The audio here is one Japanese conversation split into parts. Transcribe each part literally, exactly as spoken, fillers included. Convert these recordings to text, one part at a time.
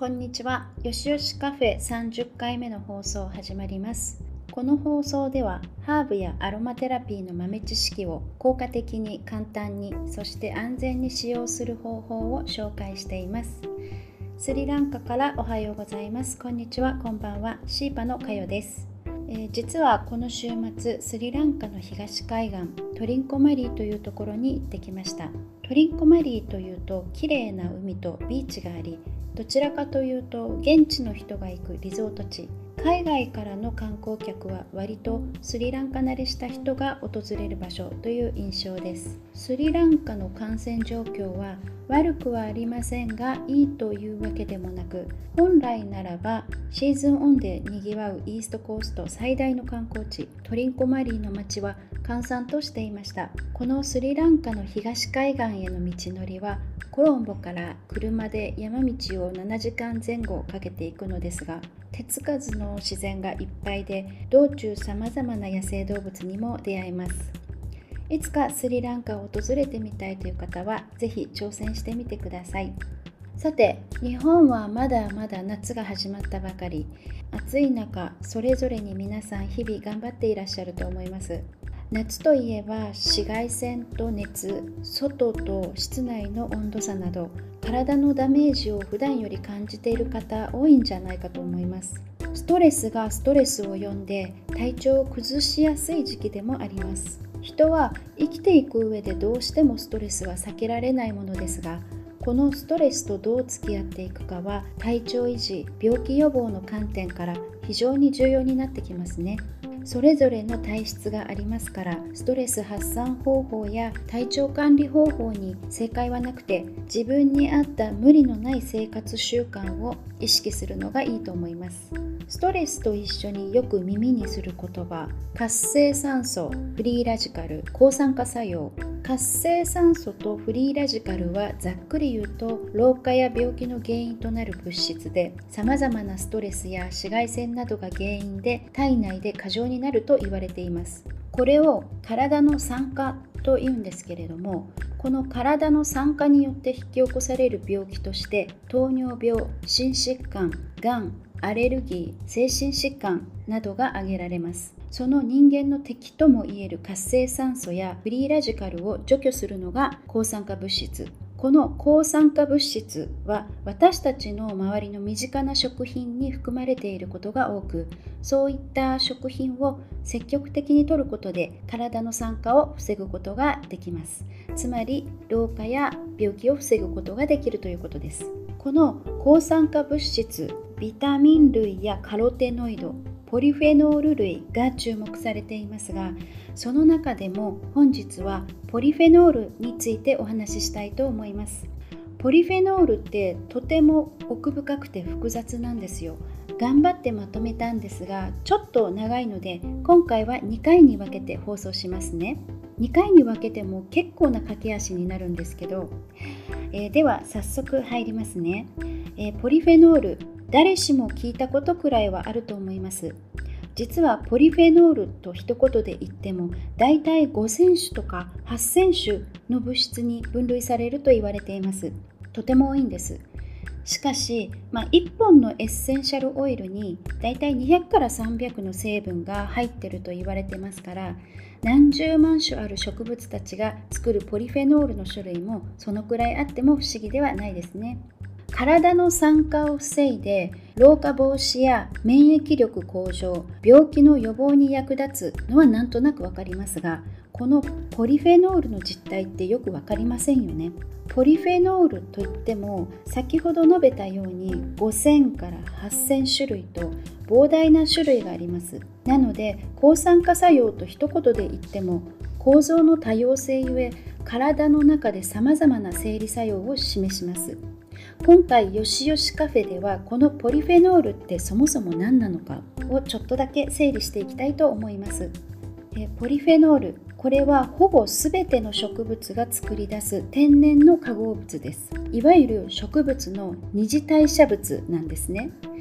こんにちは。よしよしカフェさんじゅっかいめの放送始まります。この放送ではハーブやアロマテラピーの豆知識を効果的に簡単にそして安全に使用する方法を紹介しています。スリランカからおはようございます。こんにちは、こんばんは。シーパのかよです。えー、実はこの週末スリランカの東海岸トリンコマリーというところに行ってきました。トリンコマリーというと綺麗な海とビーチがあり、どちらかというと現地の人が行くリゾート地、海外からの観光客は割とスリランカ慣れした人が訪れる場所という印象です。スリランカの感染状況は悪くはありませんが、いいというわけでもなく、本来ならばシーズンオンでにぎわうイーストコースト最大の観光地トリンコマリーの街は閑散としていました。このスリランカの東海岸への道のりはコロンボから車で山道をななじかんぜん後かけていくのですが、手つかずの自然がいっぱいで、道中さまざまな野生動物にも出会えます。いつかスリランカを訪れてみたいという方はぜひ挑戦してみてください。さて、日本はまだまだ夏が始まったばかり。暑い中、それぞれに皆さん日々頑張っていらっしゃると思います。夏といえば紫外線と熱、外と室内の温度差など体のダメージを普段より感じている方多いんじゃないかと思います。ストレスがストレスを呼んで体調を崩しやすい時期でもあります。人は生きていく上でどうしてもストレスは避けられないものですが、このストレスとどう付き合っていくかは体調維持、病気予防の観点から非常に重要になってきますね。それぞれの体質がありますから、ストレス発散方法や体調管理方法に正解はなくて、自分に合った無理のない生活習慣を意識するのがいいと思います。ストレスと一緒によく耳にする言葉、活性酸素、フリーラジカル、抗酸化作用。活性酸素とフリーラジカルはざっくり言うと老化や病気の原因となる物質で、さまざまなストレスや紫外線などが原因で体内で過剰になると言われています。これを体の酸化と言うんですけれども、この体の酸化によって引き起こされる病気として糖尿病、心疾患、がん、アレルギー、精神疾患などが挙げられます。その人間の敵ともいえる活性酸素やフリーラジカルを除去するのが抗酸化物質。この抗酸化物質は私たちの周りの身近な食品に含まれていることが多く、そういった食品を積極的に摂ることで体の酸化を防ぐことができます。つまり老化や病気を防ぐことができるということです。この抗酸化物質、ビタミン類やカロテノイド、ポリフェノール類が注目されていますが、その中でも本日はポリフェノールについてお話ししたいと思います。ポリフェノールってとても奥深くて複雑なんですよ。頑張ってまとめたんですが、ちょっと長いので今回はにかいに分けて放送しますね。にかいに分けても結構な駆け足になるんですけど、えー、では早速入りますね。えー、ポリフェノール、誰しも聞いたことくらいはあると思います。実はポリフェノールと一言で言ってもだいたいごせん種とかはっせん種の物質に分類されると言われています。とても多いんです。しかし、まあ、いっぽんのエッセンシャルオイルにだいたいにひゃくからさんびゃくの成分が入っていると言われてますから、何十万種ある植物たちが作るポリフェノールの種類もそのくらいあっても不思議ではないですね。体の酸化を防いで老化防止や免疫力向上、病気の予防に役立つのはなんとなくわかりますが、このポリフェノールの実態ってよくわかりませんよね。ポリフェノールといっても先ほど述べたようにごせんからはっせん種類と膨大な種類があります。なので抗酸化作用と一言で言っても構造の多様性ゆえ、体の中でさまざまな生理作用を示します。今回よしよしカフェではこのポリフェノールってそもそも何なのかをちょっとだけ整理していきたいと思います。えポリフェノール、これはほぼすべての植物が作り出す天然の化合物です。いわゆる植物の二次代謝物なんですね。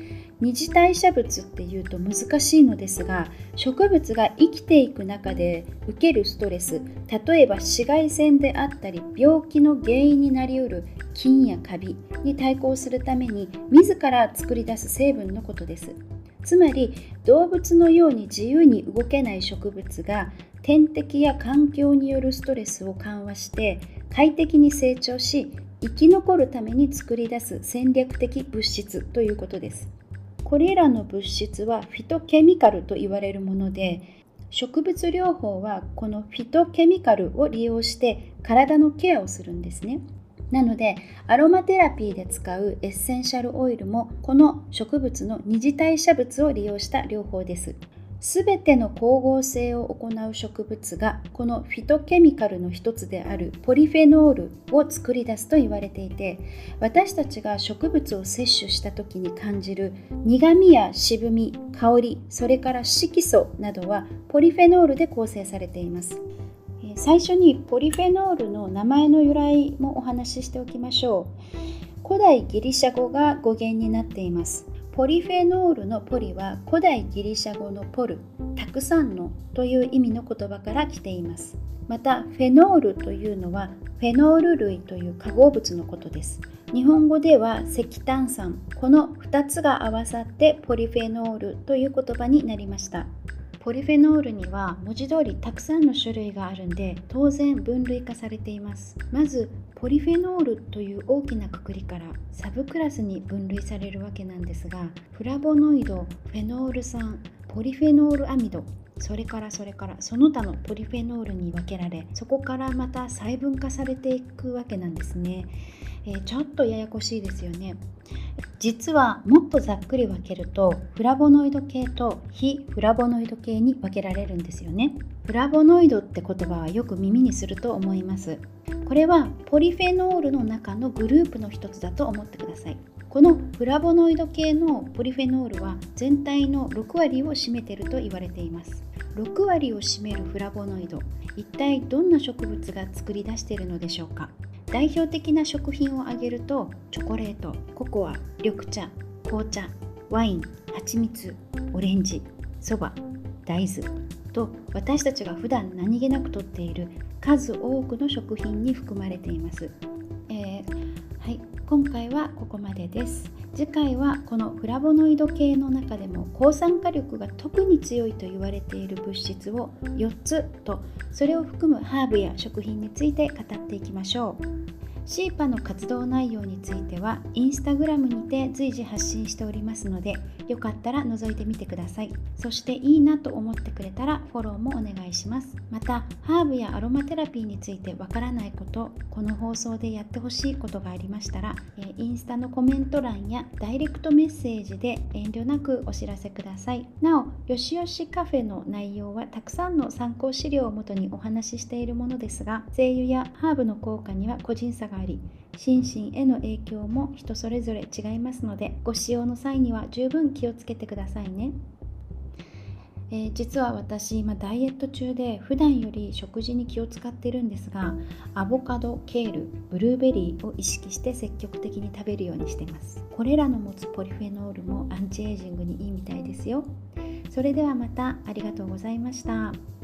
二次代謝物っていうと難しいのですが、植物が生きていく中で受けるストレス、例えば紫外線であったり病気の原因になりうる菌やカビに対抗するために自ら作り出す成分のことです。つまり動物のように自由に動けない植物が天敵や環境によるストレスを緩和して快適に成長し、生き残るために作り出す戦略的物質ということです。これらの物質はフィトケミカルと言われるもので、植物療法はこのフィトケミカルを利用して体のケアをするんですね。なのでアロマテラピーで使うエッセンシャルオイルもこの植物の二次代謝物を利用した療法です。すべての光合成を行う植物がこのフィトケミカルの一つであるポリフェノールを作り出すと言われていて、私たちが植物を摂取した時に感じる苦みや渋み、香り、それから色素などはポリフェノールで構成されています。最初にポリフェノールの名前の由来もお話ししておきましょう。古代ギリシャ語が語源になっています。ポリフェノールのポリは古代ギリシャ語のポル、たくさんのという意味の言葉から来ています。またフェノールというのはフェノール類という化合物のことです。日本語では石炭酸、このふたつが合わさってポリフェノールという言葉になりました。ポリフェノールには文字通りたくさんの種類があるんで、当然分類化されています。まずポリフェノールという大きな括りからサブクラスに分類されるわけなんですが、フラボノイド、フェノール酸、ポリフェノールアミド、それからそれからその他のポリフェノールに分けられ、そこからまた細分化されていくわけなんですね。えー、ちょっとややこしいですよね。実はもっとざっくり分けるとフラボノイド系と非フラボノイド系に分けられるんですよね。フラボノイドって言葉はよく耳にすると思います。これはポリフェノールの中のグループの一つだと思ってください。このフラボノイド系のポリフェノールは全体のろくわりを占めていると言われています。ろくわりを占めるフラボノイド、一体どんな植物が作り出しているのでしょうか。代表的な食品を挙げるとチョコレート、ココア、緑茶、紅茶、ワイン、蜂蜜、オレンジ、そば、大豆と私たちが普段何気なくとっている数多くの食品に含まれています。えー、はい、今回はここまでです。次回はこのフラボノイド系の中でも抗酸化力が特に強いと言われている物質をよっつと、それを含むハーブや食品について語っていきましょう。シーパの活動内容についてはインスタグラムにて随時発信しておりますので、よかったら覗いてみてください。そしていいなと思ってくれたらフォローもお願いします。またハーブやアロマテラピーについてわからないこと、この放送でやってほしいことがありましたら、インスタのコメント欄やダイレクトメッセージで遠慮なくお知らせください。なお、よしよしカフェの内容はたくさんの参考資料をもとにお話ししているものですが、精油やハーブの効果には個人差があり、心身への影響も人それぞれ違いますので、ご使用の際には十分気をつけてくださいね。えー、実は私今ダイエット中で普段より食事に気を使っているんですが、アボカド、ケール、ブルーベリーを意識して積極的に食べるようにしています。これらの持つポリフェノールもアンチエイジングにいいみたいですよ。それではまた、ありがとうございました。